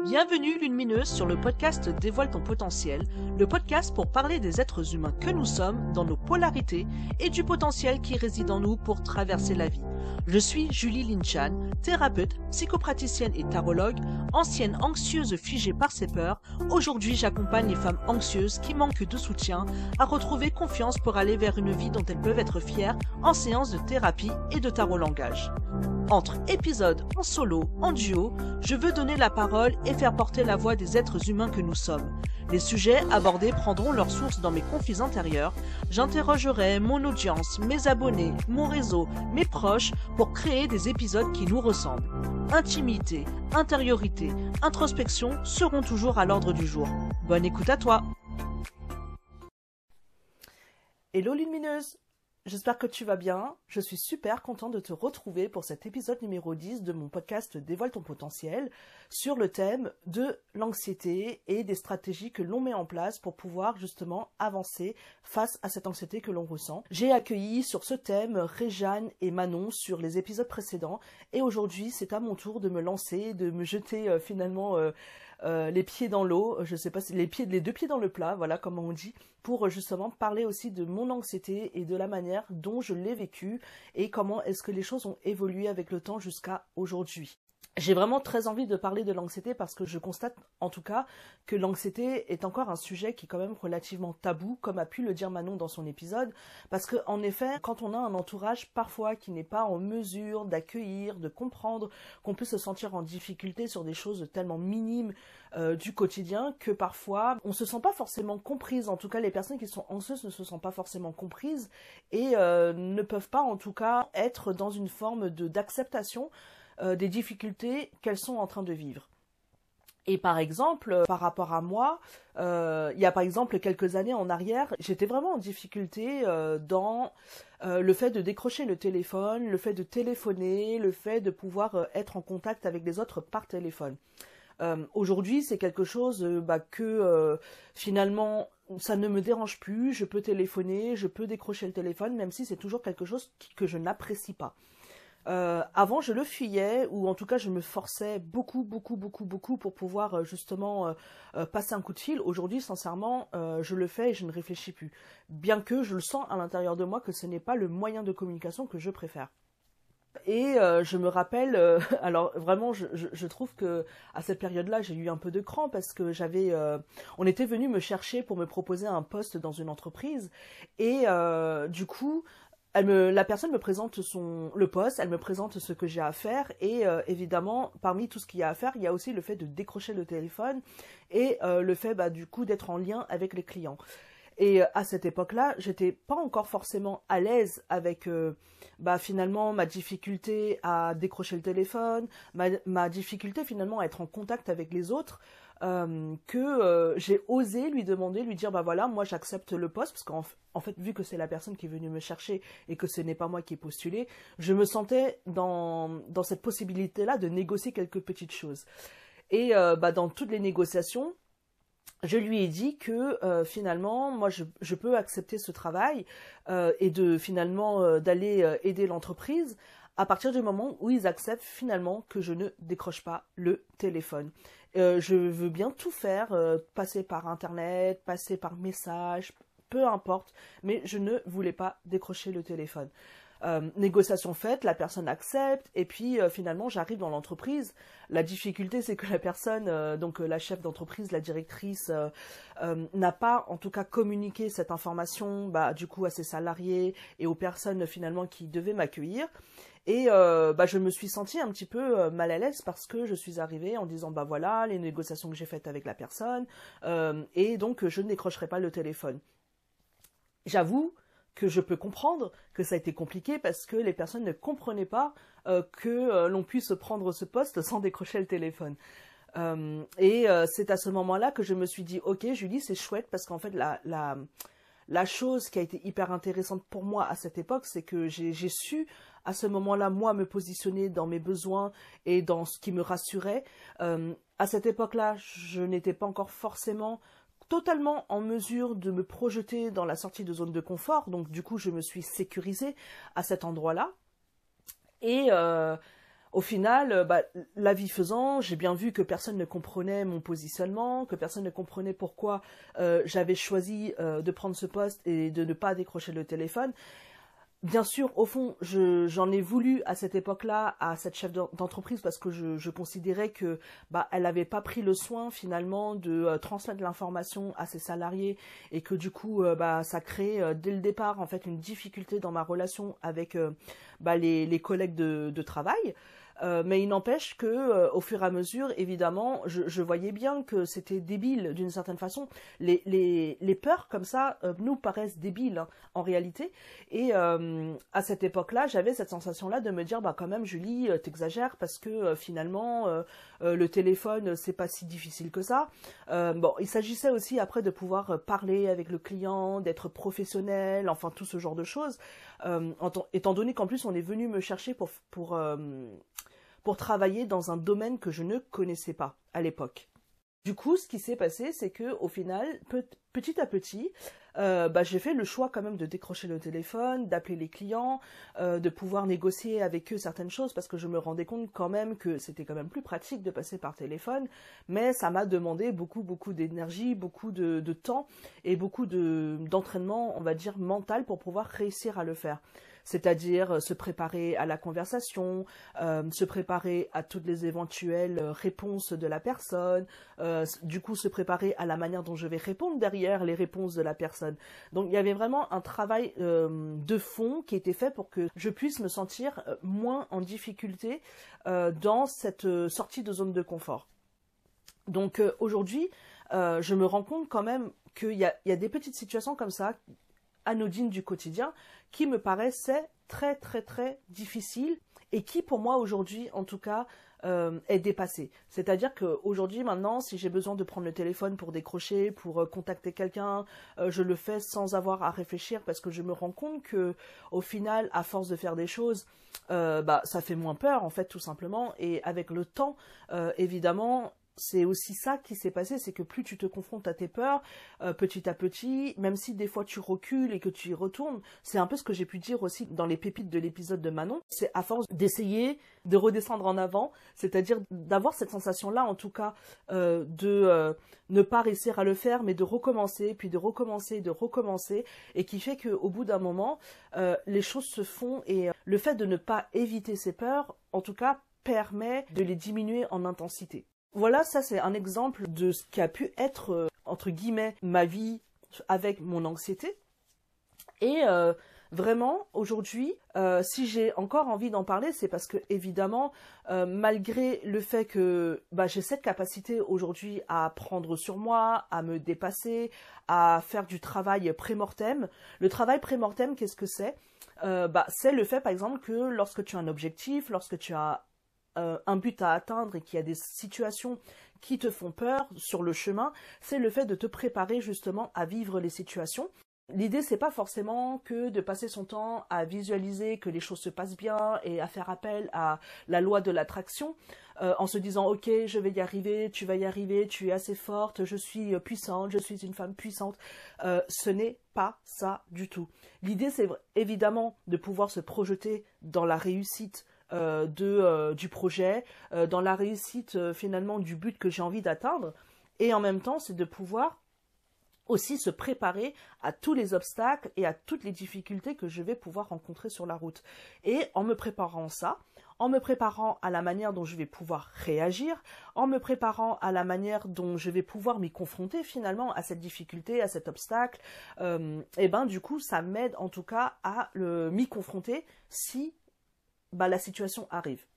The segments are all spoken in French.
Bienvenue Lumineuse sur le podcast Dévoile ton potentiel, le podcast pour parler des êtres humains que nous sommes, dans nos polarités et du potentiel qui réside en nous pour traverser la vie. Je suis Julie Linchan, thérapeute, psychopraticienne et tarologue, ancienne anxieuse figée par ses peurs. Aujourd'hui, j'accompagne les femmes anxieuses qui manquent de soutien à retrouver confiance pour aller vers une vie dont elles peuvent être fières en séance de thérapie et de tarot langage. Entre épisodes en solo, en duo, je veux donner la parole et faire porter la voix des êtres humains que nous sommes. Les sujets abordés prendront leur source dans mes conflits intérieurs. J'interrogerai mon audience, mes abonnés, mon réseau, mes proches pour créer des épisodes qui nous ressemblent. Intimité, intériorité, introspection seront toujours à l'ordre du jour. Bonne écoute à toi. Hello Lumineuse, j'espère que tu vas bien. Je suis super contente de te retrouver pour cet épisode numéro 10 de mon podcast Dévoile ton potentiel sur le thème de l'anxiété et des stratégies que l'on met en place pour pouvoir justement avancer face à cette anxiété que l'on ressent. J'ai accueilli sur ce thème Réjeanne et Manon sur les épisodes précédents et aujourd'hui c'est à mon tour de me lancer, de me jeter finalement les pieds dans l'eau, je sais pas si les deux pieds dans le plat, voilà comment on dit, pour justement parler aussi de mon anxiété et de la manière dont je l'ai vécue et comment est-ce que les choses ont évolué avec le temps jusqu'à aujourd'hui. J'ai vraiment très envie de parler de l'anxiété parce que je constate en tout cas que l'anxiété est encore un sujet qui est quand même relativement tabou, comme a pu le dire Manon dans son épisode, parce que en effet, quand on a un entourage parfois qui n'est pas en mesure d'accueillir, de comprendre, qu'on peut se sentir en difficulté sur des choses tellement minimes du quotidien, que parfois on se sent pas forcément comprise, en tout cas les personnes qui sont anxieuses ne se sentent pas forcément comprises et ne peuvent pas en tout cas être dans une forme d'acceptation des difficultés qu'elles sont en train de vivre. Et par exemple, par rapport à moi, il y a par exemple quelques années en arrière, j'étais vraiment en difficulté dans le fait de décrocher le téléphone, le fait de téléphoner, le fait de pouvoir être en contact avec les autres par téléphone. Aujourd'hui, c'est quelque chose que finalement ça ne me dérange plus, je peux téléphoner, je peux décrocher le téléphone, même si c'est toujours quelque chose que je n'apprécie pas. Avant je le fuyais ou en tout cas je me forçais beaucoup pour pouvoir justement passer un coup de fil. Aujourd'hui sincèrement je le fais et je ne réfléchis plus, bien que je le sens à l'intérieur de moi que ce n'est pas le moyen de communication que je préfère. Et je me rappelle, alors vraiment je trouve que à cette période-là j'ai eu un peu de cran parce que on était venu me chercher pour me proposer un poste dans une entreprise et du coup la personne me présente le poste, elle me présente ce que j'ai à faire et évidemment, parmi tout ce qu'il y a à faire, il y a aussi le fait de décrocher le téléphone et le fait du coup d'être en lien avec les clients. Et à cette époque-là, j'étais pas encore forcément à l'aise avec finalement ma difficulté à décrocher le téléphone, ma difficulté finalement à être en contact avec les autres. J'ai osé lui demander, lui dire voilà, moi j'accepte le poste parce qu'en fait vu que c'est la personne qui est venue me chercher et que ce n'est pas moi qui ai postulé, je me sentais dans cette possibilité-là de négocier quelques petites choses. Et dans toutes les négociations, je lui ai dit que finalement moi je peux accepter ce travail et d'aller aider l'entreprise à partir du moment où ils acceptent finalement que je ne décroche pas le téléphone. Je veux bien tout faire, passer par internet, passer par message, peu importe, mais je ne voulais pas décrocher le téléphone. Négociation faite, la personne accepte et puis finalement j'arrive dans l'entreprise. La difficulté c'est que la personne, donc la chef d'entreprise, la directrice, n'a pas en tout cas communiqué cette information du coup à ses salariés et aux personnes finalement qui devaient m'accueillir. Et je me suis sentie un petit peu mal à l'aise parce que je suis arrivée en disant voilà les négociations que j'ai faites avec la personne et donc je ne décrocherai pas le téléphone. J'avoue que je peux comprendre que ça a été compliqué parce que les personnes ne comprenaient pas que l'on puisse prendre ce poste sans décrocher le téléphone. C'est à ce moment-là que je me suis dit ok Julie, c'est chouette parce qu'en fait la chose qui a été hyper intéressante pour moi à cette époque, c'est que j'ai su à ce moment-là, moi, me positionner dans mes besoins et dans ce qui me rassurait. À cette époque-là, je n'étais pas encore forcément totalement en mesure de me projeter dans la sortie de zone de confort. Donc, du coup, je me suis sécurisée à cet endroit-là. Et Au final, la vie faisant, j'ai bien vu que personne ne comprenait mon positionnement, que personne ne comprenait pourquoi j'avais choisi de prendre ce poste et de ne pas décrocher le téléphone. Bien sûr, au fond, j'en ai voulu à cette époque-là à cette chef d'entreprise parce que je considérais que elle n'avait pas pris le soin finalement de transmettre l'information à ses salariés et que du coup ça crée dès le départ en fait une difficulté dans ma relation avec les collègues de travail. Mais il n'empêche que, au fur et à mesure, évidemment, je voyais bien que c'était débile d'une certaine façon. Les peurs comme ça nous paraissent débiles hein, en réalité. Et à cette époque-là, j'avais cette sensation-là de me dire, quand même, Julie, t'exagères parce que finalement, le téléphone, c'est pas si difficile que ça. Il s'agissait aussi après de pouvoir parler avec le client, d'être professionnel, enfin tout ce genre de choses. Étant donné qu'en plus on est venu me chercher pour travailler dans un domaine que je ne connaissais pas à l'époque. Du coup, ce qui s'est passé, c'est que au final, petit à petit, j'ai fait le choix quand même de décrocher le téléphone, d'appeler les clients, de pouvoir négocier avec eux certaines choses parce que je me rendais compte quand même que c'était quand même plus pratique de passer par téléphone, mais ça m'a demandé beaucoup d'énergie, beaucoup de temps et beaucoup d'entraînement, on va dire, mental pour pouvoir réussir à le faire. C'est-à-dire se préparer à la conversation, se préparer à toutes les éventuelles réponses de la personne, du coup se préparer à la manière dont je vais répondre derrière les réponses de la personne. Donc il y avait vraiment un travail de fond qui était fait pour que je puisse me sentir moins en difficulté dans cette sortie de zone de confort. Donc aujourd'hui, je me rends compte quand même qu'il y a des petites situations comme ça, anodines du quotidien, qui me paraissaient très très très difficiles et qui pour moi aujourd'hui en tout cas est dépassée. C'est-à-dire qu'aujourd'hui maintenant si j'ai besoin de prendre le téléphone pour décrocher, pour contacter quelqu'un, je le fais sans avoir à réfléchir parce que je me rends compte que au final à force de faire des choses ça fait moins peur en fait tout simplement et avec le temps évidemment c'est aussi ça qui s'est passé, c'est que plus tu te confrontes à tes peurs, petit à petit, même si des fois tu recules et que tu y retournes, c'est un peu ce que j'ai pu dire aussi dans les pépites de l'épisode de Manon, c'est à force d'essayer de redescendre en avant, c'est-à-dire d'avoir cette sensation-là en tout cas de ne pas réussir à le faire, mais de recommencer, puis de recommencer, et qui fait qu'au bout d'un moment, les choses se font et le fait de ne pas éviter ces peurs, en tout cas, permet de les diminuer en intensité. Voilà, ça c'est un exemple de ce qui a pu être, entre guillemets, ma vie avec mon anxiété. Et vraiment, aujourd'hui, si j'ai encore envie d'en parler, c'est parce que, évidemment, malgré le fait que j'ai cette capacité aujourd'hui à prendre sur moi, à me dépasser, à faire du travail pré-mortem. Le travail pré-mortem, qu'est-ce que c'est ? C'est le fait, par exemple, que lorsque tu as un objectif, lorsque tu as un but à atteindre et qu'il y a des situations qui te font peur sur le chemin, c'est le fait de te préparer justement à vivre les situations. L'idée, c'est pas forcément que de passer son temps à visualiser que les choses se passent bien et à faire appel à la loi de l'attraction en se disant « Ok, je vais y arriver, tu vas y arriver, tu es assez forte, je suis puissante, je suis une femme puissante. » Ce n'est pas ça du tout. L'idée, c'est évidemment de pouvoir se projeter dans la réussite du projet, dans la réussite finalement du but que j'ai envie d'atteindre. Et en même temps, c'est de pouvoir aussi se préparer à tous les obstacles et à toutes les difficultés que je vais pouvoir rencontrer sur la route. Et en me préparant ça, en me préparant à la manière dont je vais pouvoir réagir, en me préparant à la manière dont je vais pouvoir m'y confronter finalement à cette difficulté, à cet obstacle, du coup, ça m'aide en tout cas à m'y confronter si la situation arrive.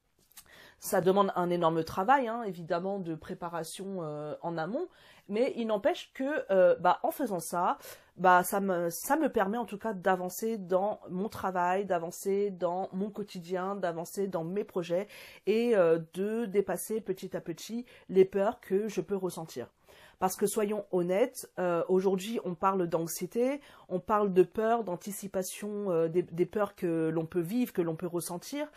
Ça demande un énorme travail, évidemment, de préparation en amont, mais il n'empêche que en faisant ça, ça me permet en tout cas d'avancer dans mon travail, d'avancer dans mon quotidien, d'avancer dans mes projets et de dépasser petit à petit les peurs que je peux ressentir. Parce que soyons honnêtes, aujourd'hui on parle d'anxiété, on parle de peur, d'anticipation des peurs que l'on peut vivre, que l'on peut ressentir,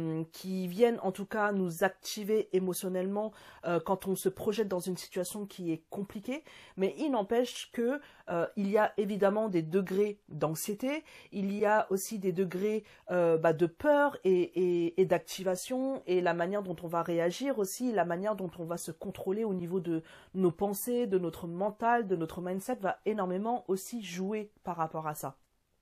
qui viennent en tout cas nous activer émotionnellement quand on se projette dans une situation qui est compliqué, mais il n'empêche que il y a évidemment des degrés d'anxiété, il y a aussi des degrés de peur et d'activation, et la manière dont on va réagir aussi, la manière dont on va se contrôler au niveau de nos pensées, de notre mental, de notre mindset va énormément aussi jouer par rapport à ça.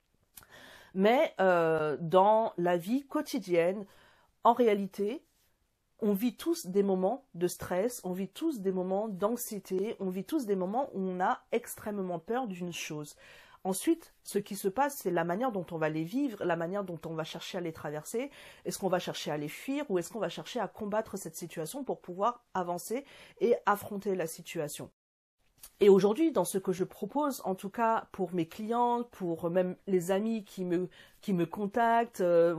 Mais dans la vie quotidienne, en réalité, on vit tous des moments de stress, on vit tous des moments d'anxiété, on vit tous des moments où on a extrêmement peur d'une chose. Ensuite, ce qui se passe, c'est la manière dont on va les vivre, la manière dont on va chercher à les traverser. Est-ce qu'on va chercher à les fuir ou est-ce qu'on va chercher à combattre cette situation pour pouvoir avancer et affronter la situation? Et aujourd'hui, dans ce que je propose, en tout cas pour mes clients, pour même les amis qui me contactent,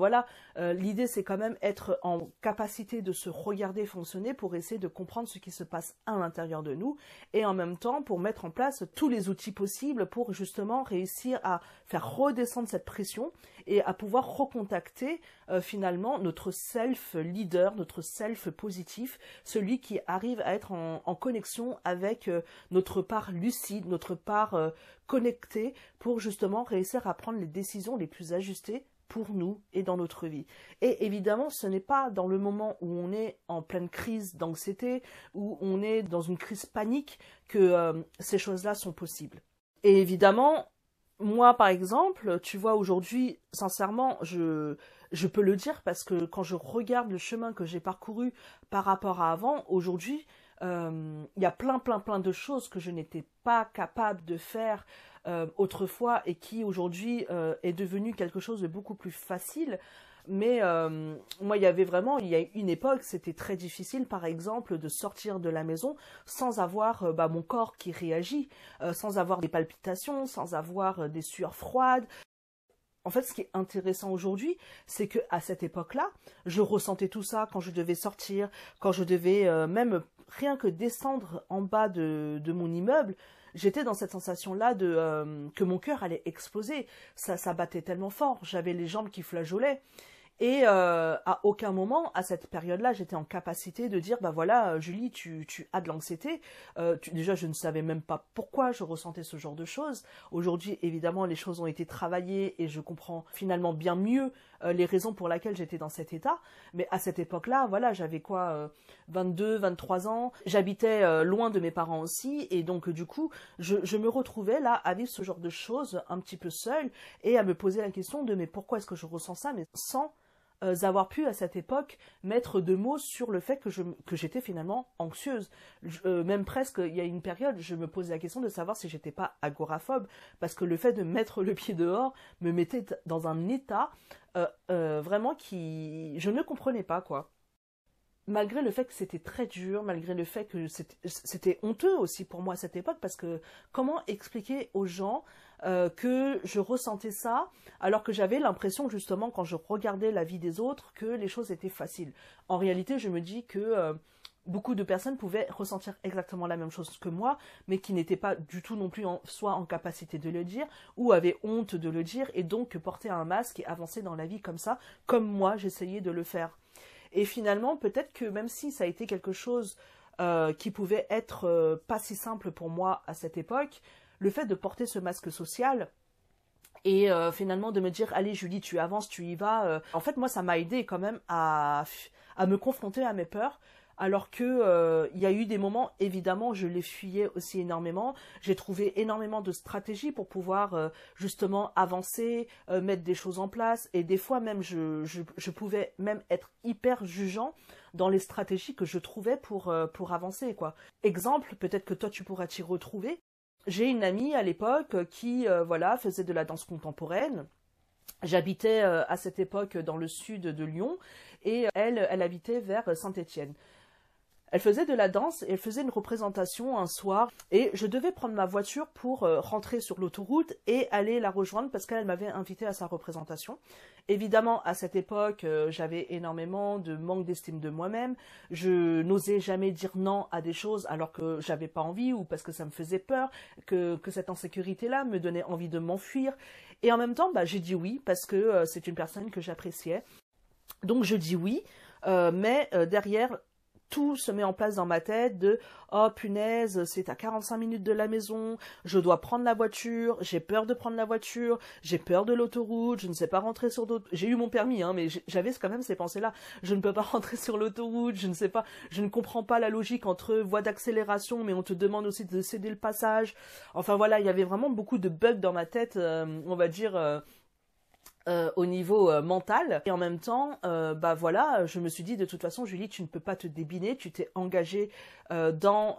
l'idée c'est quand même être en capacité de se regarder fonctionner pour essayer de comprendre ce qui se passe à l'intérieur de nous et en même temps pour mettre en place tous les outils possibles pour justement réussir à faire redescendre cette pression et à pouvoir recontacter finalement notre self leader, notre self positif, celui qui arrive à être en connexion avec notre part lucide, notre part connectée pour justement réussir à prendre les décisions les plus ajustées pour nous et dans notre vie. Et évidemment, ce n'est pas dans le moment où on est en pleine crise d'anxiété, où on est dans une crise panique que ces choses-là sont possibles. Et évidemment, moi par exemple, tu vois aujourd'hui, sincèrement, je peux le dire parce que quand je regarde le chemin que j'ai parcouru par rapport à avant, aujourd'hui, il y a plein de choses que je n'étais pas capable de faire autrefois et qui aujourd'hui est devenu quelque chose de beaucoup plus facile. Mais moi, il y a une époque, c'était très difficile, par exemple, de sortir de la maison sans avoir mon corps qui réagit, sans avoir des palpitations, sans avoir des sueurs froides. En fait, ce qui est intéressant aujourd'hui, c'est qu'à cette époque-là, je ressentais tout ça quand je devais sortir, quand je devais même rien que descendre en bas de mon immeuble. J'étais dans cette sensation-là que mon cœur allait exploser. Ça battait tellement fort, j'avais les jambes qui flageolaient. Et à aucun moment, à cette période-là, j'étais en capacité de dire, bah voilà, Julie, tu as de l'anxiété. Déjà, je ne savais même pas pourquoi je ressentais ce genre de choses. Aujourd'hui, évidemment, les choses ont été travaillées et je comprends finalement bien mieux les raisons pour lesquelles j'étais dans cet état. Mais à cette époque-là, voilà, j'avais 22, 23 ans. J'habitais loin de mes parents aussi. Et donc, du coup, je me retrouvais là à vivre ce genre de choses un petit peu seule et à me poser la question de mais pourquoi est-ce que je ressens ça, mais sans avoir pu à cette époque mettre de mots sur le fait que j'étais finalement anxieuse. Même presque, il y a une période, je me posais la question de savoir si j'étais pas agoraphobe, parce que le fait de mettre le pied dehors me mettait dans un état vraiment qui... je ne comprenais pas, quoi. Malgré le fait que c'était très dur, malgré le fait que c'était honteux aussi pour moi à cette époque, parce que comment expliquer aux gens que je ressentais ça, alors que j'avais l'impression justement quand je regardais la vie des autres que les choses étaient faciles. En réalité, je me dis que beaucoup de personnes pouvaient ressentir exactement la même chose que moi, mais qui n'étaient pas du tout non plus soit en capacité de le dire, ou avaient honte de le dire, et donc porter un masque et avancer dans la vie comme ça, comme moi j'essayais de le faire. Et finalement, peut-être que même si ça a été quelque chose qui pouvait être pas si simple pour moi à cette époque, le fait de porter ce masque social et finalement de me dire « Allez Julie, tu avances, tu y vas », en fait, moi, ça m'a aidé quand même à me confronter à mes peurs. Alors que il y a eu des moments, évidemment, je les fuyais aussi énormément. J'ai trouvé énormément de stratégies pour pouvoir justement avancer, mettre des choses en place. Et des fois même, je pouvais même être hyper jugeant dans les stratégies que je trouvais pour avancer, quoi. Exemple, peut-être que toi tu pourras t'y retrouver. J'ai une amie à l'époque qui faisait de la danse contemporaine. J'habitais à cette époque dans le sud de Lyon et elle habitait vers Saint-Étienne. Elle faisait de la danse et elle faisait une représentation un soir et je devais prendre ma voiture pour rentrer sur l'autoroute et aller la rejoindre parce qu'elle m'avait invitée à sa représentation. Évidemment, à cette époque, j'avais énormément de manque d'estime de moi-même. Je n'osais jamais dire non à des choses alors que j'avais pas envie ou parce que ça me faisait peur, que cette insécurité-là me donnait envie de m'enfuir. Et en même temps, j'ai dit oui parce que c'est une personne que j'appréciais. Donc je dis oui, mais derrière... tout se met en place dans ma tête de « Oh punaise, c'est à 45 minutes de la maison, je dois prendre la voiture, j'ai peur de prendre la voiture, j'ai peur de l'autoroute, je ne sais pas rentrer sur d'autres... » J'ai eu mon permis, hein, mais j'avais quand même ces pensées-là. Je ne peux pas rentrer sur l'autoroute, je ne sais pas, je ne comprends pas la logique entre voie d'accélération, mais on te demande aussi de céder le passage. Enfin voilà, il y avait vraiment beaucoup de bugs dans ma tête, on va dire... au niveau mental, et en même temps bah voilà, je me suis dit de toute façon Julie, tu ne peux pas te débiner, tu t'es engagée dans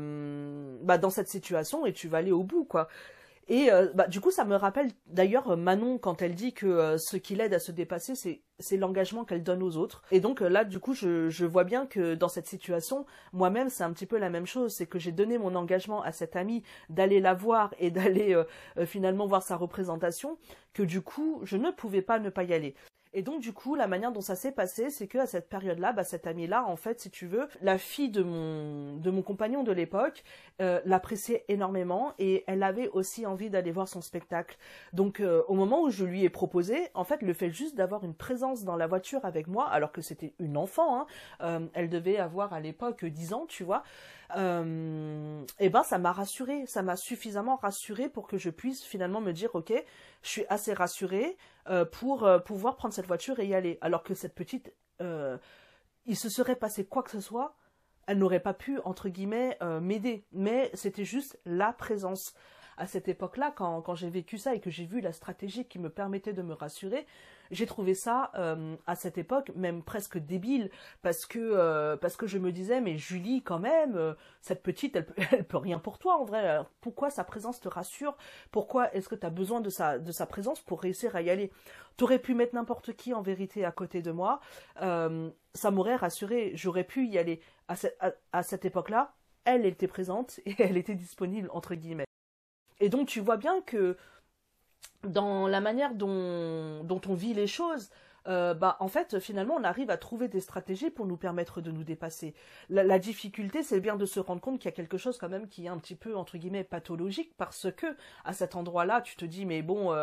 cette situation et tu vas aller au bout quoi. Et du coup, ça me rappelle d'ailleurs Manon quand elle dit que ce qui l'aide à se dépasser, c'est l'engagement qu'elle donne aux autres. Et donc là, du coup, je vois bien que dans cette situation, moi-même, c'est un petit peu la même chose. C'est que j'ai donné mon engagement à cette amie d'aller la voir et d'aller finalement voir sa représentation, que du coup, je ne pouvais pas ne pas y aller. Et donc du coup, la manière dont ça s'est passé, c'est que à cette période-là, cette amie-là, en fait, si tu veux, la fille de mon compagnon de l'époque, l'appréciait énormément et elle avait aussi envie d'aller voir son spectacle. Donc au moment où je lui ai proposé, en fait, le fait juste d'avoir une présence dans la voiture avec moi, alors que c'était une enfant, hein, elle devait avoir à l'époque 10 ans, tu vois. Et ça m'a rassurée, ça m'a suffisamment rassurée pour que je puisse finalement me dire ok, je suis assez rassurée pour pouvoir prendre cette voiture et y aller. Alors que cette petite, il se serait passé quoi que ce soit, elle n'aurait pas pu entre guillemets m'aider, mais c'était juste la présence. À cette époque-là, quand j'ai vécu ça et que j'ai vu la stratégie qui me permettait de me rassurer, j'ai trouvé ça à cette époque même presque débile parce que je me disais mais Julie quand même cette petite elle peut rien pour toi en vrai. Alors, pourquoi sa présence te rassure? Pourquoi est-ce que tu as besoin de sa présence pour réussir à y aller? T'aurais pu mettre n'importe qui en vérité à côté de moi, ça m'aurait rassurée, j'aurais pu y aller. À cette époque-là, elle était présente et elle était disponible entre guillemets. Et donc tu vois bien que dans la manière dont on vit les choses, en fait, finalement, on arrive à trouver des stratégies pour nous permettre de nous dépasser. La difficulté, c'est bien de se rendre compte qu'il y a quelque chose quand même qui est un petit peu, entre guillemets, pathologique, parce que à cet endroit-là, tu te dis, mais bon,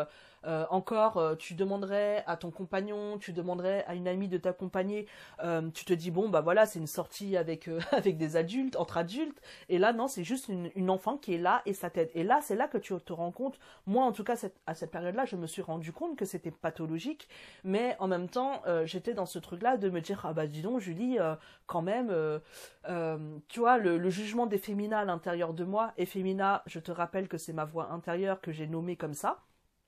tu demanderais à ton compagnon, tu demanderais à une amie de t'accompagner, tu te dis, bon, voilà, c'est une sortie avec, avec des adultes, entre adultes, et là, non, c'est juste une enfant qui est là et ça t'aide. Et là, c'est là que tu te rends compte, moi, en tout cas, à cette période-là, je me suis rendu compte que c'était pathologique, mais en même temps, j'étais dans ce truc-là de me dire, ah bah dis donc, Julie, quand même, tu vois, le jugement des féminas à l'intérieur de moi, et fémina, je te rappelle que c'est ma voix intérieure que j'ai nommée comme ça,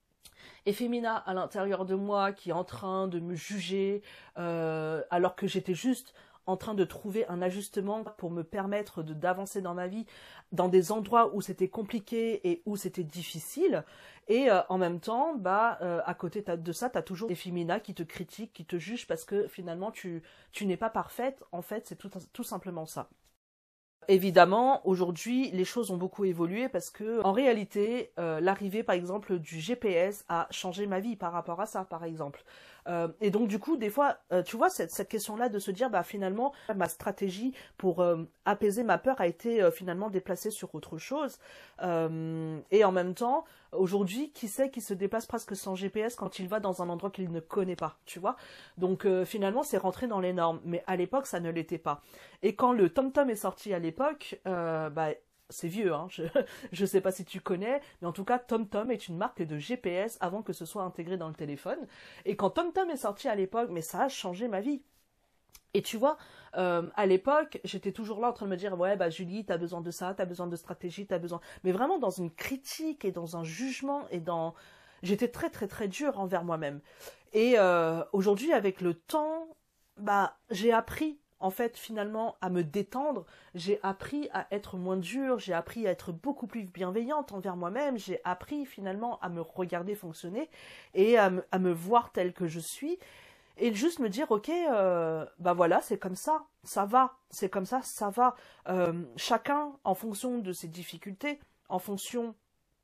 et fémina à l'intérieur de moi qui est en train de me juger, alors que j'étais juste en train de trouver un ajustement pour me permettre d'avancer dans ma vie dans des endroits où c'était compliqué et où c'était difficile. Et en même temps, à côté de ça, tu as toujours des féminas qui te critiquent, qui te jugent parce que finalement tu n'es pas parfaite. En fait, c'est tout simplement ça. Évidemment, aujourd'hui, les choses ont beaucoup évolué parce que, en réalité, l'arrivée, par exemple, du GPS a changé ma vie par rapport à ça, par exemple. Et donc, du coup, des fois, tu vois, cette question-là de se dire, finalement, ma stratégie pour apaiser ma peur a été finalement déplacée sur autre chose. Et en même temps, aujourd'hui, qui sait qui se déplace presque sans GPS quand il va dans un endroit qu'il ne connaît pas, tu vois? Donc, finalement, c'est rentré dans les normes. Mais à l'époque, ça ne l'était pas. Et quand le TomTom est sorti à l'époque, c'est vieux, hein, je sais pas si tu connais, mais en tout cas, TomTom est une marque de GPS avant que ce soit intégré dans le téléphone. Et quand TomTom est sorti à l'époque, mais ça a changé ma vie. Et tu vois, à l'époque, j'étais toujours là en train de me dire, ouais, Julie, t'as besoin de ça, t'as besoin de stratégie, t'as besoin... Mais vraiment dans une critique et dans un jugement et dans... J'étais très, très, très dure envers moi-même. Et aujourd'hui, avec le temps, j'ai appris en fait, finalement, à me détendre, j'ai appris à être moins dure, j'ai appris à être beaucoup plus bienveillante envers moi-même, j'ai appris finalement à me regarder fonctionner et à me voir telle que je suis et juste me dire, ok, voilà, c'est comme ça va, c'est comme ça va. Chacun, en fonction de ses difficultés, en fonction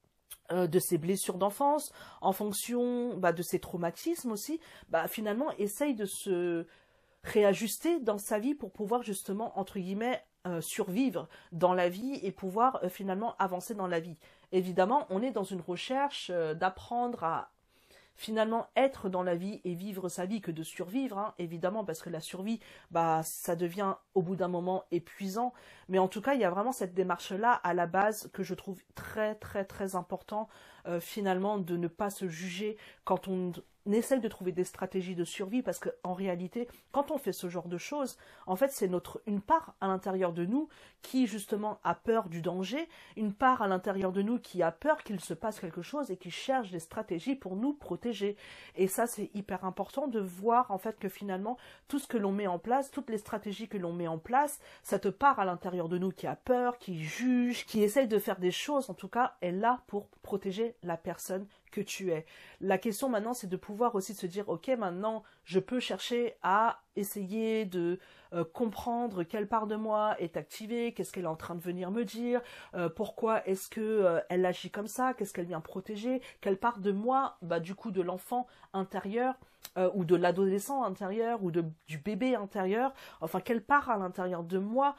de ses blessures d'enfance, en fonction de ses traumatismes aussi, finalement, essaye de se réajuster dans sa vie pour pouvoir justement, entre guillemets, survivre dans la vie et pouvoir finalement avancer dans la vie. Évidemment, on est dans une recherche d'apprendre à finalement être dans la vie et vivre sa vie que de survivre, hein, évidemment, parce que la survie, ça devient au bout d'un moment épuisant. Mais en tout cas, il y a vraiment cette démarche-là à la base que je trouve très très très important, finalement, de ne pas se juger quand on essaye de trouver des stratégies de survie, parce qu'en réalité, quand on fait ce genre de choses, en fait, c'est une part à l'intérieur de nous qui, justement, a peur du danger, une part à l'intérieur de nous qui a peur qu'il se passe quelque chose et qui cherche des stratégies pour nous protéger. Et ça, c'est hyper important de voir, en fait, que finalement, tout ce que l'on met en place, toutes les stratégies que l'on met en place, cette part à l'intérieur de nous qui a peur, qui juge, qui essaye de faire des choses, en tout cas, est là pour protéger la personne que tu es. La question maintenant, c'est de pouvoir aussi se dire, ok, maintenant, je peux chercher à essayer de comprendre quelle part de moi est activée, qu'est-ce qu'elle est en train de venir me dire, pourquoi est-ce que elle agit comme ça, qu'est-ce qu'elle vient protéger, quelle part de moi, du coup, de l'enfant intérieur, ou de l'adolescent intérieur, ou du bébé intérieur, enfin, quelle part à l'intérieur de moi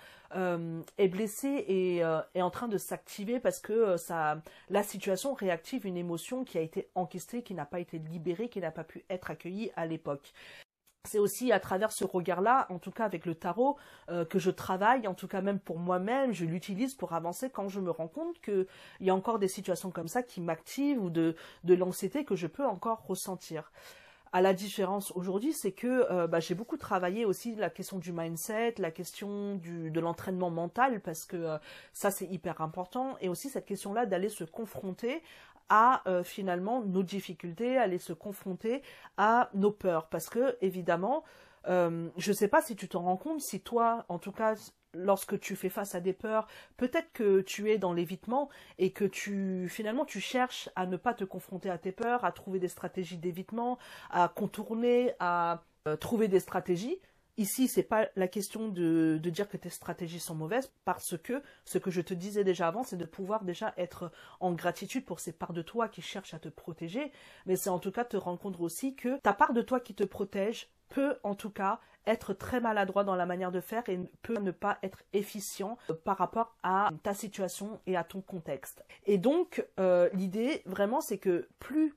est blessée et est en train de s'activer parce que la situation réactive une émotion qui a été encaissée, qui n'a pas été libérée, qui n'a pas pu être accueillie à l'époque. C'est aussi à travers ce regard-là, en tout cas avec le tarot, que je travaille, en tout cas même pour moi-même, je l'utilise pour avancer quand je me rends compte qu'il y a encore des situations comme ça qui m'activent ou de l'anxiété que je peux encore ressentir. À la différence aujourd'hui, c'est que j'ai beaucoup travaillé aussi la question du mindset, la question de l'entraînement mental, parce que ça c'est hyper important, et aussi cette question-là d'aller se confronter à finalement nos difficultés, aller se confronter à nos peurs, parce que évidemment, je ne sais pas si tu t'en rends compte, si toi, en tout cas, lorsque tu fais face à des peurs, peut-être que tu es dans l'évitement et que finalement tu cherches à ne pas te confronter à tes peurs, à trouver des stratégies d'évitement, à contourner, à trouver des stratégies. Ici, c'est pas la question de dire que tes stratégies sont mauvaises, parce que ce que je te disais déjà avant, c'est de pouvoir déjà être en gratitude pour ces parts de toi qui cherchent à te protéger, mais c'est en tout cas te rendre compte aussi que ta part de toi qui te protège peut en tout cas être très maladroit dans la manière de faire et peut ne pas être efficient par rapport à ta situation et à ton contexte. Et donc, l'idée vraiment, c'est que plus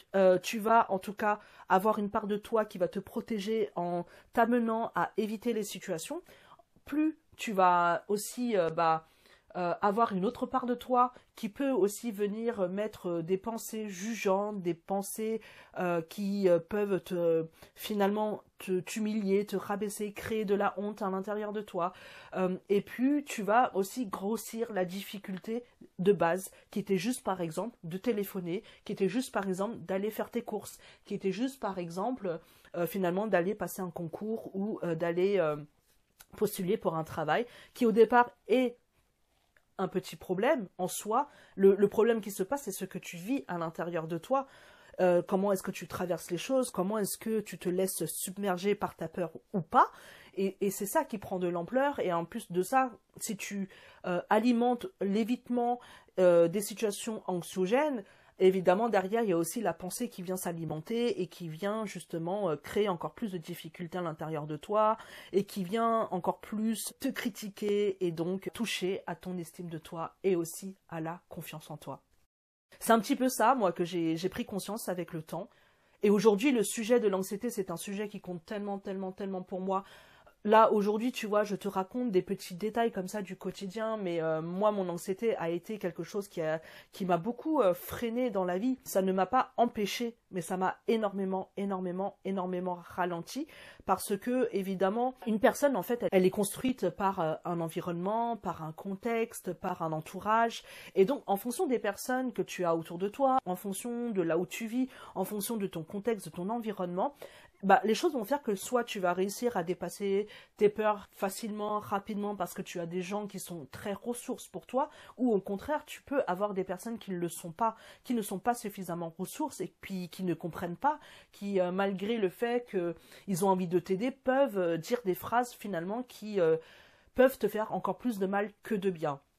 tu vas en tout cas avoir une part de toi qui va te protéger en t'amenant à éviter les situations, plus tu vas aussi avoir une autre part de toi qui peut aussi venir mettre des pensées jugeantes, des pensées qui peuvent finalement t'humilier, te rabaisser, créer de la honte à l'intérieur de toi. Et puis tu vas aussi grossir la difficulté de base, qui était juste par exemple de téléphoner, qui était juste par exemple d'aller faire tes courses, qui était juste par exemple finalement d'aller passer un concours ou d'aller postuler pour un travail, qui au départ est un petit problème en soi. Le problème qui se passe, c'est ce que tu vis à l'intérieur de toi. Comment est-ce que tu traverses les choses, comment est-ce que tu te laisses submerger par ta peur ou pas, et c'est ça qui prend de l'ampleur. Et en plus de ça, si tu alimentes l'évitement des situations anxiogènes, évidemment derrière il y a aussi la pensée qui vient s'alimenter et qui vient justement créer encore plus de difficultés à l'intérieur de toi et qui vient encore plus te critiquer et donc toucher à ton estime de toi et aussi à la confiance en toi. C'est un petit peu ça, moi, que j'ai pris conscience avec le temps. Et aujourd'hui, le sujet de l'anxiété, c'est un sujet qui compte tellement, tellement, tellement pour moi. Là, aujourd'hui, tu vois, je te raconte des petits détails comme ça du quotidien, mais moi, mon anxiété a été quelque chose qui m'a beaucoup freiné dans la vie. Ça ne m'a pas empêché, mais ça m'a énormément, énormément, énormément ralenti, parce que, évidemment, une personne, en fait, elle est construite par un environnement, par un contexte, par un entourage, et donc, en fonction des personnes que tu as autour de toi, en fonction de là où tu vis, en fonction de ton contexte, de ton environnement, les choses vont faire que soit tu vas réussir à dépasser tes peurs facilement, rapidement, parce que tu as des gens qui sont très ressources pour toi, ou au contraire, tu peux avoir des personnes qui ne le sont pas, qui ne sont pas suffisamment ressources et puis qui ne comprennent pas, qui, malgré le fait qu'ils ont envie de t'aider, peuvent dire des phrases finalement qui peuvent te faire encore plus de mal que de bien.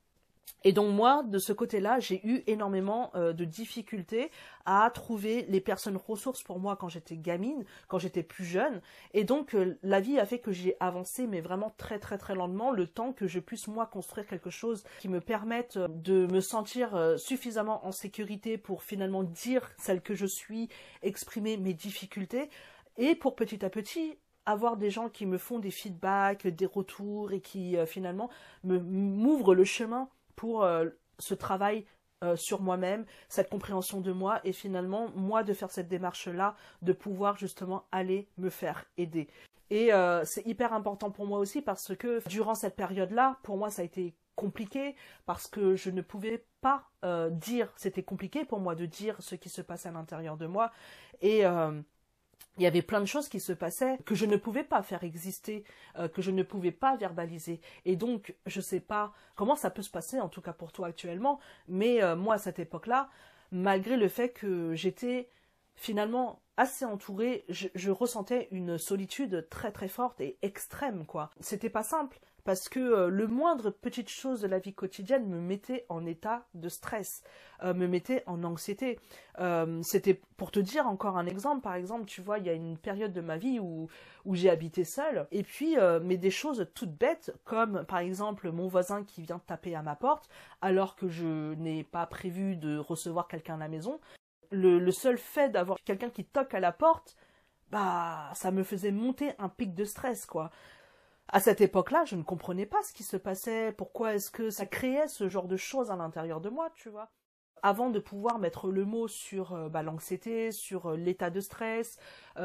Et donc moi, de ce côté-là, j'ai eu énormément de difficultés à trouver les personnes ressources pour moi quand j'étais gamine, quand j'étais plus jeune. Et donc la vie a fait que j'ai avancé, mais vraiment très très très lentement, le temps que je puisse moi construire quelque chose qui me permette de me sentir suffisamment en sécurité pour finalement dire celle que je suis, exprimer mes difficultés, et pour petit à petit avoir des gens qui me font des feedbacks, des retours et qui finalement m'ouvrent le chemin pour ce travail sur moi-même, cette compréhension de moi et finalement, moi, de faire cette démarche-là, de pouvoir justement aller me faire aider. Et c'est hyper important pour moi aussi parce que durant cette période-là, pour moi, ça a été compliqué parce que je ne pouvais pas dire, c'était compliqué pour moi de dire ce qui se passait à l'intérieur de moi et il y avait plein de choses qui se passaient que je ne pouvais pas faire exister, que je ne pouvais pas verbaliser. Et donc, je ne sais pas comment ça peut se passer, en tout cas pour toi actuellement, mais moi, à cette époque-là, malgré le fait que j'étais finalement assez entourée, je ressentais une solitude très très forte et extrême, quoi. C'était pas simple, parce que le moindre petite chose de la vie quotidienne me mettait en état de stress, me mettait en anxiété. C'était, pour te dire encore un exemple, par exemple, tu vois, il y a une période de ma vie où j'ai habité seule, et puis, mais des choses toutes bêtes, comme par exemple mon voisin qui vient taper à ma porte, alors que je n'ai pas prévu de recevoir quelqu'un à la maison. Le seul fait d'avoir quelqu'un qui toque à la porte, bah, ça me faisait monter un pic de stress, quoi. À cette époque-là, je ne comprenais pas ce qui se passait, pourquoi est-ce que ça créait ce genre de choses à l'intérieur de moi, tu vois. Avant de pouvoir mettre le mot sur l'anxiété, sur l'état de stress,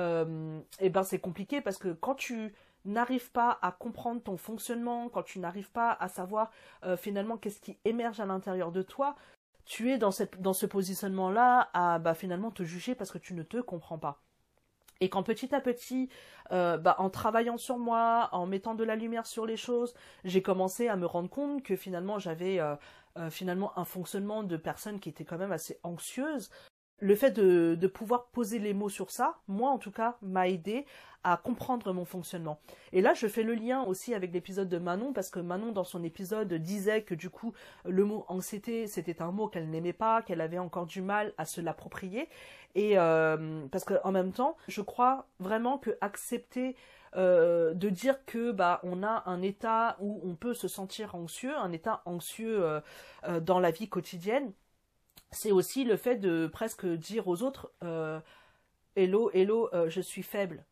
et ben c'est compliqué parce que quand tu n'arrives pas à comprendre ton fonctionnement, quand tu n'arrives pas à savoir finalement qu'est-ce qui émerge à l'intérieur de toi, tu es dans ce positionnement-là à finalement te juger parce que tu ne te comprends pas. Et quand petit à petit, en travaillant sur moi, en mettant de la lumière sur les choses, j'ai commencé à me rendre compte que finalement j'avais finalement un fonctionnement de personne qui était quand même assez anxieuse. Le fait de pouvoir poser les mots sur ça, moi en tout cas, m'a aidé à comprendre mon fonctionnement. Et là, je fais le lien aussi avec l'épisode de Manon, parce que Manon, dans son épisode, disait que du coup, le mot anxiété, c'était un mot qu'elle n'aimait pas, qu'elle avait encore du mal à se l'approprier. Et parce qu'en même temps, je crois vraiment que accepter de dire que on a un état où on peut se sentir anxieux, un état anxieux dans la vie quotidienne, c'est aussi le fait de presque dire aux autres hello, hello, je suis faible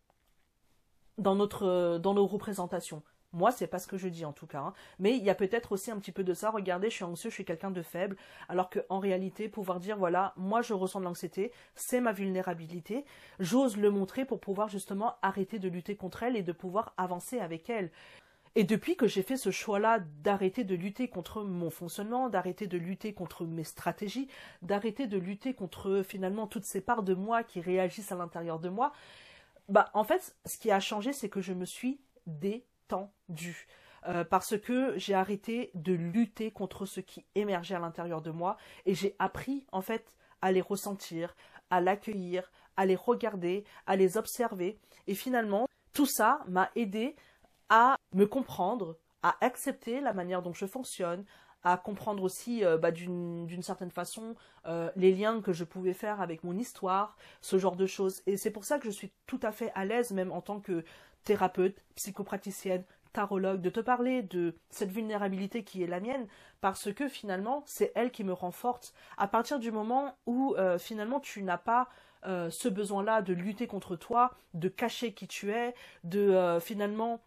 dans nos représentations. Moi, c'est pas ce que je dis en tout cas. Hein. Mais il y a peut-être aussi un petit peu de ça. Regardez, je suis anxieux, je suis quelqu'un de faible. Alors qu'en réalité, pouvoir dire, voilà, moi je ressens de l'anxiété, c'est ma vulnérabilité. J'ose le montrer pour pouvoir justement arrêter de lutter contre elle et de pouvoir avancer avec elle. Et depuis que j'ai fait ce choix-là d'arrêter de lutter contre mon fonctionnement, d'arrêter de lutter contre mes stratégies, d'arrêter de lutter contre finalement toutes ces parts de moi qui réagissent à l'intérieur de moi, en fait, ce qui a changé, c'est que je me suis détendue. Parce que j'ai arrêté de lutter contre ce qui émergeait à l'intérieur de moi et j'ai appris en fait à les ressentir, à l'accueillir, à les regarder, à les observer. Et finalement, tout ça m'a aidé à me comprendre, à accepter la manière dont je fonctionne, à comprendre aussi d'une certaine façon les liens que je pouvais faire avec mon histoire, ce genre de choses. Et c'est pour ça que je suis tout à fait à l'aise, même en tant que thérapeute, psychopraticienne, tarologue, de te parler de cette vulnérabilité qui est la mienne, parce que finalement, c'est elle qui me rend forte. À partir du moment où finalement tu n'as pas ce besoin-là de lutter contre toi, de cacher qui tu es, de finalement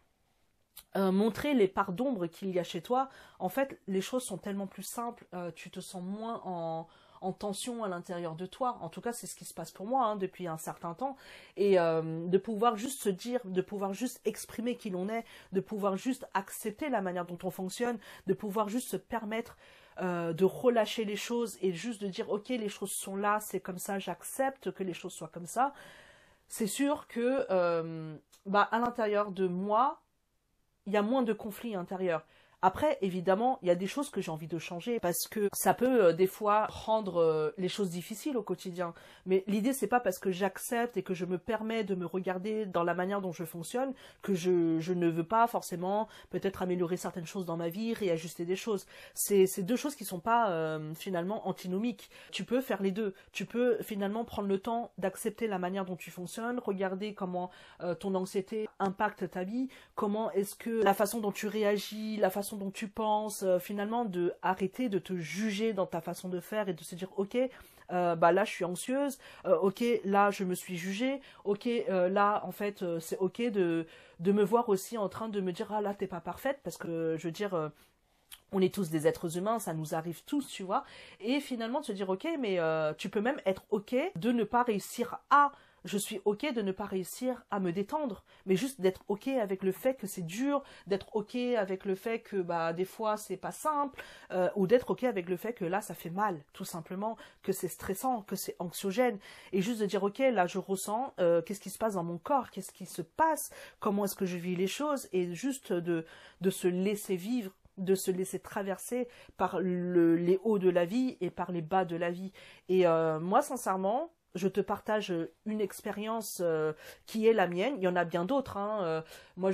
montrer les parts d'ombre qu'il y a chez toi, en fait, les choses sont tellement plus simples, tu te sens moins en tension à l'intérieur de toi. En tout cas, c'est ce qui se passe pour moi depuis un certain temps. Et de pouvoir juste se dire, de pouvoir juste exprimer qui l'on est, de pouvoir juste accepter la manière dont on fonctionne, de pouvoir juste se permettre de relâcher les choses et juste de dire, ok, les choses sont là, c'est comme ça, j'accepte que les choses soient comme ça. C'est sûr que à l'intérieur de moi, il y a moins de conflits intérieurs. Après, évidemment, il y a des choses que j'ai envie de changer parce que ça peut des fois rendre les choses difficiles au quotidien. Mais l'idée, c'est pas parce que j'accepte et que je me permets de me regarder dans la manière dont je fonctionne que je ne veux pas forcément peut-être améliorer certaines choses dans ma vie, réajuster des choses. C'est deux choses qui sont pas finalement antinomiques. Tu peux faire les deux. Tu peux finalement prendre le temps d'accepter la manière dont tu fonctionnes, regarder comment ton anxiété impacte ta vie, comment est-ce que la façon dont tu réagis, la façon dont tu penses, finalement de arrêter de te juger dans ta façon de faire et de se dire ok, là je suis anxieuse, ok là je me suis jugée, ok là en fait c'est ok de me voir aussi en train de me dire ah là t'es pas parfaite parce que je veux dire on est tous des êtres humains, ça nous arrive tous, tu vois, et finalement de se dire ok mais tu peux même être ok de ne pas réussir à je suis ok de ne pas réussir à me détendre, mais juste d'être ok avec le fait que c'est dur, d'être ok avec le fait que des fois c'est pas simple, ou d'être ok avec le fait que là ça fait mal, tout simplement, que c'est stressant, que c'est anxiogène, et juste de dire ok là je ressens, qu'est-ce qui se passe dans mon corps, qu'est-ce qui se passe, comment est-ce que je vis les choses, et juste de se laisser vivre, de se laisser traverser par les hauts de la vie et par les bas de la vie. Et moi sincèrement je te partage une expérience qui est la mienne. Il y en a bien d'autres. Moi,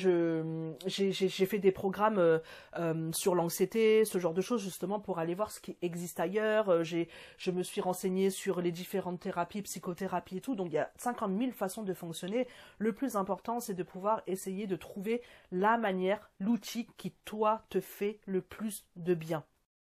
j'ai fait des programmes sur l'anxiété, ce genre de choses, justement, pour aller voir ce qui existe ailleurs. Je me suis renseignée sur les différentes thérapies, psychothérapies et tout. Donc, il y a 50 000 façons de fonctionner. Le plus important, c'est de pouvoir essayer de trouver la manière, l'outil qui, toi, te fait le plus de bien.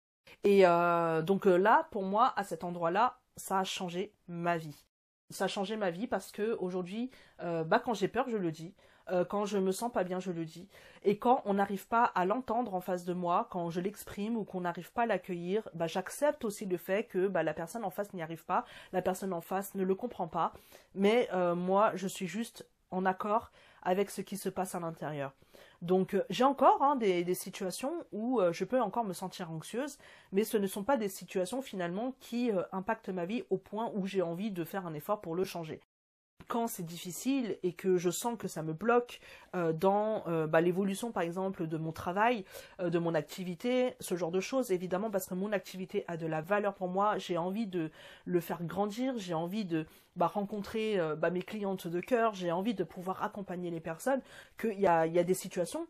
Et donc là, pour moi, à cet endroit-là, ça a changé ma vie. Ça a changé ma vie parce que aujourd'hui, quand j'ai peur, je le dis. Quand je me sens pas bien, je le dis. Et quand on n'arrive pas à l'entendre en face de moi, quand je l'exprime ou qu'on n'arrive pas à l'accueillir, j'accepte aussi le fait que la personne en face n'y arrive pas, la personne en face ne le comprend pas. Mais moi, je suis juste en accord avec ce qui se passe à l'intérieur. Donc j'ai encore des situations où je peux encore me sentir anxieuse, mais ce ne sont pas des situations finalement qui impactent ma vie au point où j'ai envie de faire un effort pour le changer. Quand c'est difficile et que je sens que ça me bloque dans l'évolution par exemple de mon travail, de mon activité, ce genre de choses, évidemment parce que mon activité a de la valeur pour moi, j'ai envie de le faire grandir, j'ai envie de rencontrer mes clientes de cœur, j'ai envie de pouvoir accompagner les personnes, qu'il y a des situations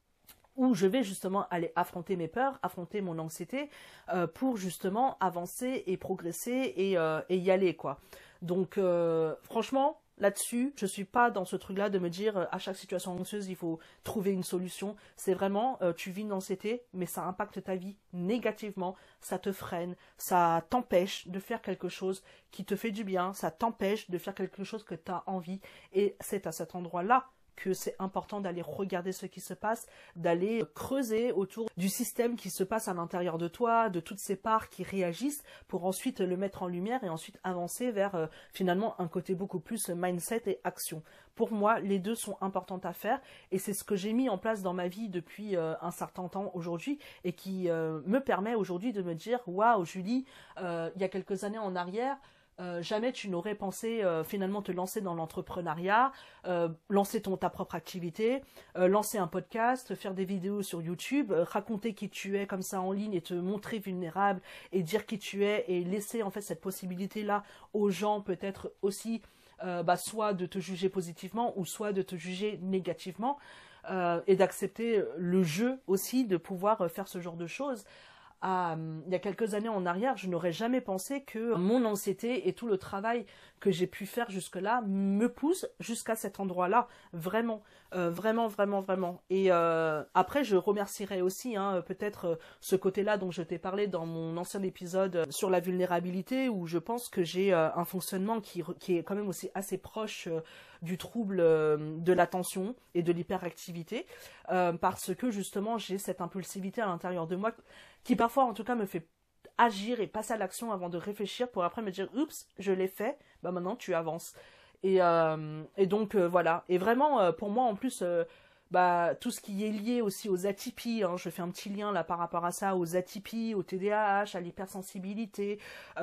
où je vais justement aller affronter mes peurs, affronter mon anxiété pour justement avancer et progresser et y aller quoi. Donc franchement, là-dessus, je suis pas dans ce truc-là de me dire à chaque situation anxieuse, il faut trouver une solution. C'est vraiment, tu vis une anxiété, mais ça impacte ta vie négativement, ça te freine, ça t'empêche de faire quelque chose qui te fait du bien, ça t'empêche de faire quelque chose que tu as envie. Et c'est à cet endroit-là que c'est important d'aller regarder ce qui se passe, d'aller creuser autour du système qui se passe à l'intérieur de toi, de toutes ces parts qui réagissent pour ensuite le mettre en lumière et ensuite avancer vers finalement un côté beaucoup plus mindset et action. Pour moi, les deux sont importantes à faire et c'est ce que j'ai mis en place dans ma vie depuis un certain temps aujourd'hui et qui me permet aujourd'hui de me dire « Waouh Julie, il y a quelques années en arrière, jamais tu n'aurais pensé finalement te lancer dans l'entrepreneuriat, lancer ta propre activité, lancer un podcast, faire des vidéos sur YouTube, raconter qui tu es comme ça en ligne et te montrer vulnérable et dire qui tu es et laisser en fait cette possibilité-là aux gens peut-être aussi soit de te juger positivement ou soit de te juger négativement et d'accepter le jeu aussi de pouvoir faire ce genre de choses. Il y a quelques années en arrière, je n'aurais jamais pensé que mon anxiété et tout le travail que j'ai pu faire jusque-là me poussent jusqu'à cet endroit-là. Vraiment, vraiment, vraiment, vraiment. Et après, je remercierai aussi peut-être ce côté-là dont je t'ai parlé dans mon ancien épisode sur la vulnérabilité, où je pense que j'ai un fonctionnement qui est quand même aussi assez proche du trouble de l'attention et de l'hyperactivité, parce que justement, j'ai cette impulsivité à l'intérieur de moi qui parfois en tout cas me fait agir et passer à l'action avant de réfléchir pour après me dire oups, je l'ai fait, maintenant tu avances. Et donc voilà. Et vraiment pour moi en plus tout ce qui est lié aussi aux atypies, je fais un petit lien là par rapport à ça, aux atypies, au TDAH, à l'hypersensibilité,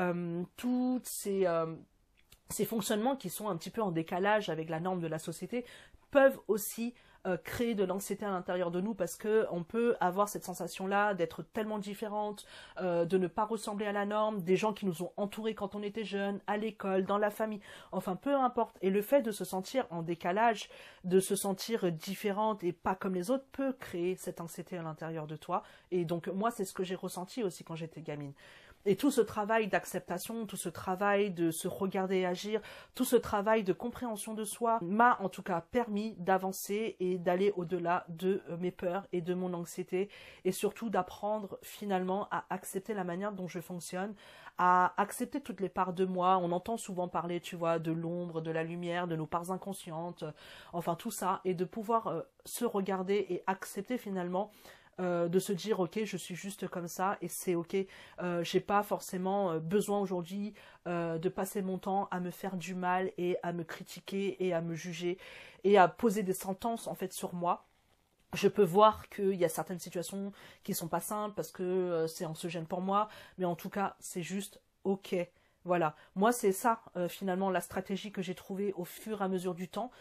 toutes ces fonctionnements qui sont un petit peu en décalage avec la norme de la société peuvent aussi créer de l'anxiété à l'intérieur de nous parce que on peut avoir cette sensation-là d'être tellement différente, de ne pas ressembler à la norme, des gens qui nous ont entourés quand on était jeunes, à l'école, dans la famille, enfin peu importe. Et le fait de se sentir en décalage, de se sentir différente et pas comme les autres peut créer cette anxiété à l'intérieur de toi. Et donc moi c'est ce que j'ai ressenti aussi quand j'étais gamine. Et tout ce travail d'acceptation, tout ce travail de se regarder et agir, tout ce travail de compréhension de soi m'a en tout cas permis d'avancer et d'aller au-delà de mes peurs et de mon anxiété et surtout d'apprendre finalement à accepter la manière dont je fonctionne, à accepter toutes les parts de moi. On entend souvent parler, tu vois, de l'ombre, de la lumière, de nos parts inconscientes, enfin tout ça, et de pouvoir se regarder et accepter finalement de se dire ok je suis juste comme ça et c'est ok, j'ai pas forcément besoin aujourd'hui de passer mon temps à me faire du mal et à me critiquer et à me juger et à poser des sentences en fait sur moi. Je peux voir qu'il y a certaines situations qui sont pas simples parce que c'est anxiogène pour moi, mais en tout cas c'est juste ok. Voilà, moi c'est ça finalement la stratégie que j'ai trouvée au fur et à mesure du temps.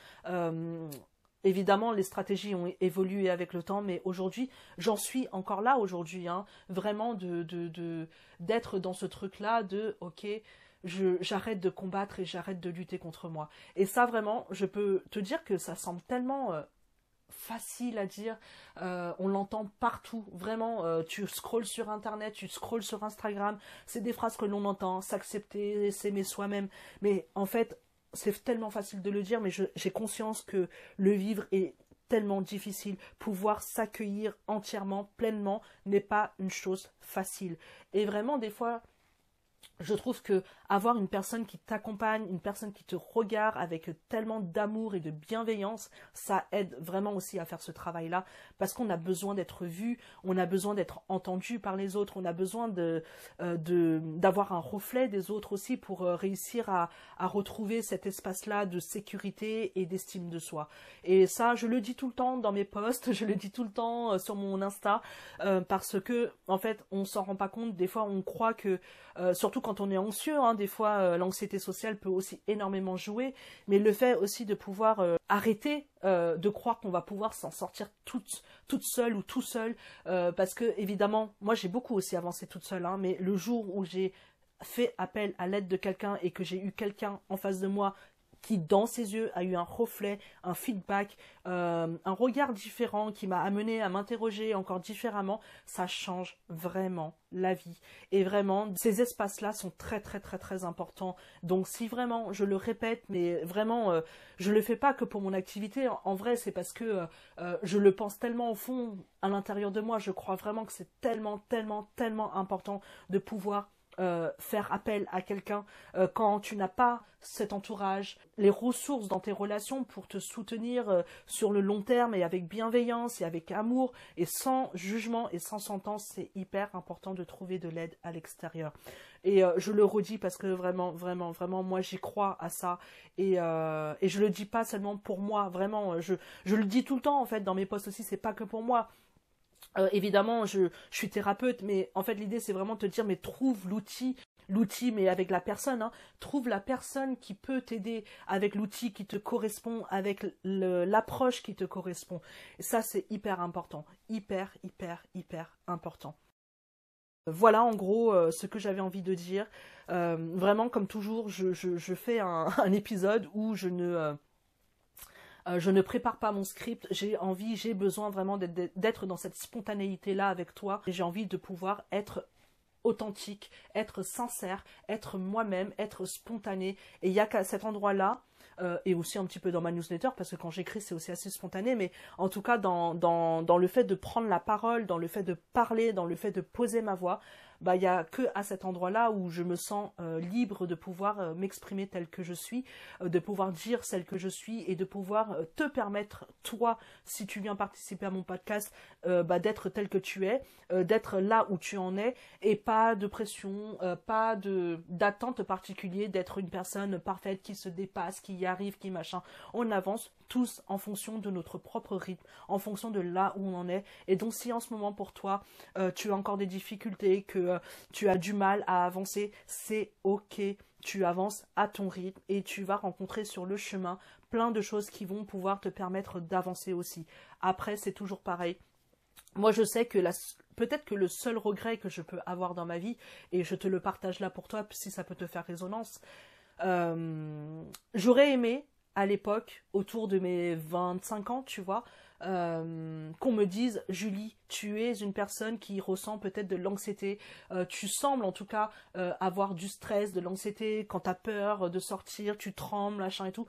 Évidemment, les stratégies ont évolué avec le temps, mais aujourd'hui, j'en suis encore là aujourd'hui, hein, vraiment d'être dans ce truc-là de ok, j'arrête de combattre et j'arrête de lutter contre moi. Et ça, vraiment, je peux te dire que ça semble tellement facile à dire, on l'entend partout, vraiment, tu scrolles sur internet, tu scrolles sur Instagram, c'est des phrases que l'on entend, s'accepter, s'aimer soi-même, mais en fait, c'est tellement facile de le dire, mais j'ai conscience que le vivre est tellement difficile. Pouvoir s'accueillir entièrement, pleinement, n'est pas une chose facile. Et vraiment, des fois, je trouve que avoir une personne qui t'accompagne, une personne qui te regarde avec tellement d'amour et de bienveillance, ça aide vraiment aussi à faire ce travail-là, parce qu'on a besoin d'être vu, on a besoin d'être entendu par les autres, on a besoin d'avoir un reflet des autres aussi pour réussir à retrouver cet espace-là de sécurité et d'estime de soi. Et ça, je le dis tout le temps dans mes posts, je le dis tout le temps sur mon Insta, parce que en fait, on s'en rend pas compte. Des fois, on croit que, surtout quand on est anxieux, hein, des fois l'anxiété sociale peut aussi énormément jouer, mais le fait aussi de pouvoir arrêter de croire qu'on va pouvoir s'en sortir toute seule ou tout seul, parce que évidemment, moi j'ai beaucoup aussi avancé toute seule, hein, mais le jour où j'ai fait appel à l'aide de quelqu'un et que j'ai eu quelqu'un en face de moi qui dans ses yeux a eu un reflet, un feedback, un regard différent qui m'a amené à m'interroger encore différemment, ça change vraiment la vie. Et vraiment, ces espaces-là sont très très très très importants. Donc si vraiment, je le répète, mais vraiment, je le fais pas que pour mon activité, en vrai c'est parce que je le pense tellement au fond, à l'intérieur de moi, je crois vraiment que c'est tellement tellement tellement important de pouvoir faire appel à quelqu'un quand tu n'as pas cet entourage, les ressources dans tes relations pour te soutenir sur le long terme et avec bienveillance et avec amour et sans jugement et sans sentence, c'est hyper important de trouver de l'aide à l'extérieur. Et je le redis parce que vraiment, vraiment, vraiment, moi j'y crois à ça et je le dis pas seulement pour moi, vraiment, je le dis tout le temps en fait dans mes posts aussi, c'est pas que pour moi. Évidemment, je suis thérapeute, mais en fait, l'idée, c'est vraiment de te dire, mais trouve l'outil, mais avec la personne, hein, trouve la personne qui peut t'aider avec l'outil qui te correspond, avec l'approche qui te correspond. Et ça, c'est hyper important, hyper, hyper, hyper important. Voilà en gros ce que j'avais envie de dire. Vraiment, comme toujours, je fais un épisode où je ne prépare pas mon script, j'ai besoin vraiment d'être dans cette spontanéité-là avec toi. J'ai envie de pouvoir être authentique, être sincère, être moi-même, être spontané. Et il y a qu'à cet endroit-là, et aussi un petit peu dans ma newsletter, parce que quand j'écris, c'est aussi assez spontané, mais en tout cas, dans le fait de prendre la parole, dans le fait de parler, dans le fait de poser ma voix, bah, il y a que à cet endroit-là où je me sens libre de pouvoir m'exprimer tel que je suis, de pouvoir dire celle que je suis et de pouvoir te permettre, toi, si tu viens participer à mon podcast, d'être tel que tu es, d'être là où tu en es et pas de pression, pas d'attente particulière d'être une personne parfaite qui se dépasse, qui y arrive, qui machin. On avance tous en fonction de notre propre rythme, en fonction de là où on en est. Et donc si en ce moment pour toi, tu as encore des difficultés, que tu as du mal à avancer, c'est ok. Tu avances à ton rythme et tu vas rencontrer sur le chemin plein de choses qui vont pouvoir te permettre d'avancer aussi. Après, c'est toujours pareil. Moi, je sais que peut-être que le seul regret que je peux avoir dans ma vie, et je te le partage là pour toi, si ça peut te faire résonance, j'aurais aimé, à l'époque, autour de mes 25 ans, tu vois, qu'on me dise, Julie, tu es une personne qui ressent peut-être de l'anxiété, tu sembles en tout cas avoir du stress, de l'anxiété, quand tu as peur de sortir, tu trembles, machin et tout,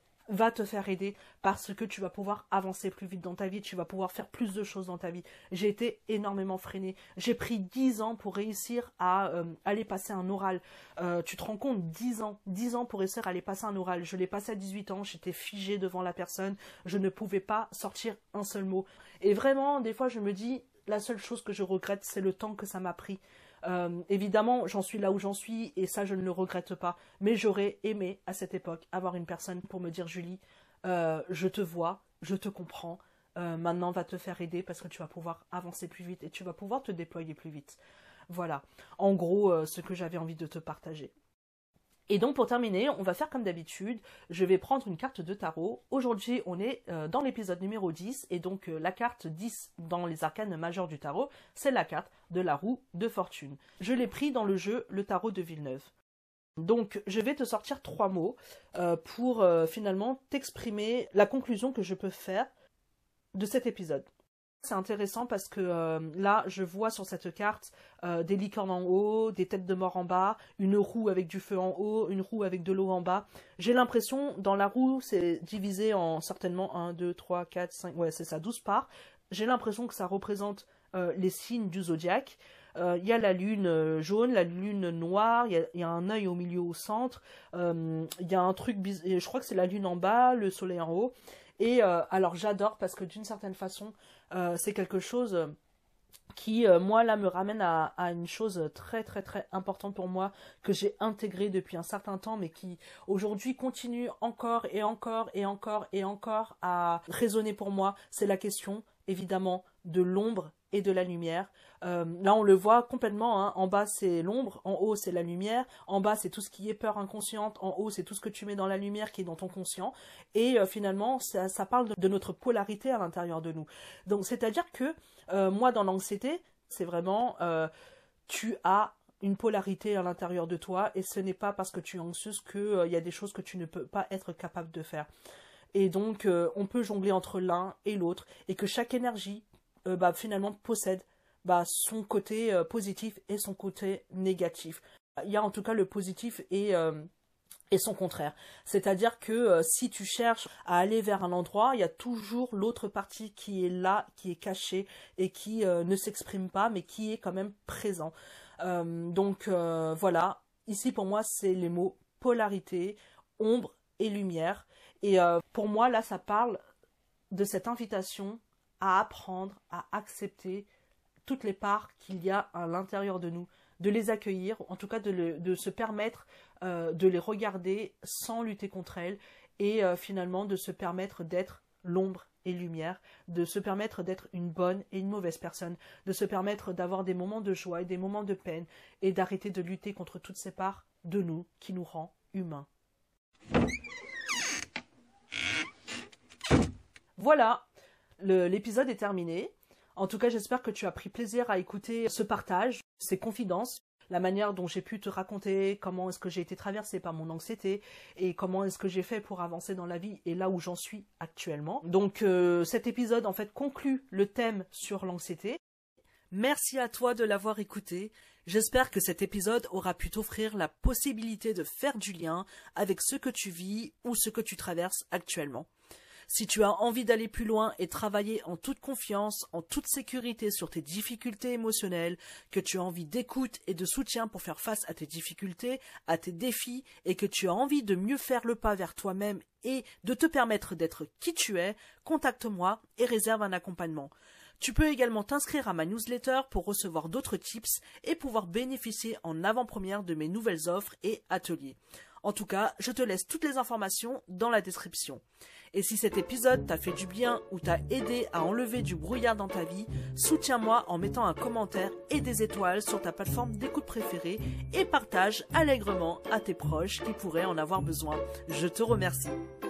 va te faire aider parce que tu vas pouvoir avancer plus vite dans ta vie, tu vas pouvoir faire plus de choses dans ta vie. J'ai été énormément freinée. J'ai pris 10 ans pour réussir à aller passer un oral. Tu te rends compte, 10 ans pour réussir à aller passer un oral. Je l'ai passé à 18 ans, j'étais figée devant la personne, je ne pouvais pas sortir un seul mot. Et vraiment, des fois, je me dis, la seule chose que je regrette, c'est le temps que ça m'a pris. Évidemment, j'en suis là où j'en suis et ça, je ne le regrette pas. Mais j'aurais aimé, à cette époque, avoir une personne pour me dire, Julie, je te vois, je te comprends, maintenant va te faire aider parce que tu vas pouvoir avancer plus vite et tu vas pouvoir te déployer plus vite. Voilà, en gros, ce que j'avais envie de te partager. Et donc pour terminer, on va faire comme d'habitude, je vais prendre une carte de tarot. Aujourd'hui, on est dans l'épisode numéro 10, et donc la carte 10 dans les arcanes majeures du tarot, c'est la carte de la roue de fortune. Je l'ai pris dans le jeu Le Tarot de Villeneuve. Donc je vais te sortir 3 mots pour finalement t'exprimer la conclusion que je peux faire de cet épisode. C'est intéressant parce que là, je vois sur cette carte des licornes en haut, des têtes de mort en bas, une roue avec du feu en haut, une roue avec de l'eau en bas. J'ai l'impression, dans la roue, c'est divisé en certainement 1, 2, 3, 4, 5, ouais, c'est ça, 12 parts. J'ai l'impression que ça représente les signes du zodiaque. Il y a la lune jaune, la lune noire, il y a un œil au milieu au centre, il y a un truc, je crois que c'est la lune en bas, le soleil en haut. Et alors j'adore parce que d'une certaine façon, c'est quelque chose qui, moi, là, me ramène à une chose très, très, très importante pour moi, que j'ai intégrée depuis un certain temps, mais qui, aujourd'hui, continue encore et encore et encore et encore à résonner pour moi. C'est la question, évidemment, de l'ombre et de la lumière. Là, on le voit complètement, hein. En bas, c'est l'ombre, en haut, c'est la lumière. En bas, c'est tout ce qui est peur inconsciente. En haut, c'est tout ce que tu mets dans la lumière qui est dans ton conscient. Et finalement, ça parle de notre polarité à l'intérieur de nous. Donc, c'est-à-dire que moi, dans l'anxiété, c'est vraiment, tu as une polarité à l'intérieur de toi et ce n'est pas parce que tu es anxieuse qu'il y a des choses que tu ne peux pas être capable de faire. Et donc, on peut jongler entre l'un et l'autre et que chaque énergie, finalement, possède son côté positif et son côté négatif. Il y a en tout cas le positif et son contraire. C'est-à-dire que si tu cherches à aller vers un endroit, il y a toujours l'autre partie qui est là, qui est cachée et qui ne s'exprime pas, mais qui est quand même présent. Donc voilà, ici pour moi c'est les mots polarité, ombre et lumière. Et pour moi là ça parle de cette invitation à apprendre, à accepter toutes les parts qu'il y a à l'intérieur de nous, de les accueillir, en tout cas de se permettre de les regarder sans lutter contre elles et finalement de se permettre d'être l'ombre et lumière, de se permettre d'être une bonne et une mauvaise personne, de se permettre d'avoir des moments de joie et des moments de peine et d'arrêter de lutter contre toutes ces parts de nous qui nous rend humains. Voilà, l'épisode est terminé. En tout cas, j'espère que tu as pris plaisir à écouter ce partage, ces confidences, la manière dont j'ai pu te raconter comment est-ce que j'ai été traversée par mon anxiété et comment est-ce que j'ai fait pour avancer dans la vie et là où j'en suis actuellement. Donc cet épisode en fait conclut le thème sur l'anxiété. Merci à toi de l'avoir écouté. J'espère que cet épisode aura pu t'offrir la possibilité de faire du lien avec ce que tu vis ou ce que tu traverses actuellement. Si tu as envie d'aller plus loin et travailler en toute confiance, en toute sécurité sur tes difficultés émotionnelles, que tu as envie d'écoute et de soutien pour faire face à tes difficultés, à tes défis, et que tu as envie de mieux faire le pas vers toi-même et de te permettre d'être qui tu es, contacte-moi et réserve un accompagnement. Tu peux également t'inscrire à ma newsletter pour recevoir d'autres tips et pouvoir bénéficier en avant-première de mes nouvelles offres et ateliers. En tout cas, je te laisse toutes les informations dans la description. Et si cet épisode t'a fait du bien ou t'a aidé à enlever du brouillard dans ta vie, soutiens-moi en mettant un commentaire et des étoiles sur ta plateforme d'écoute préférée et partage allègrement à tes proches qui pourraient en avoir besoin. Je te remercie.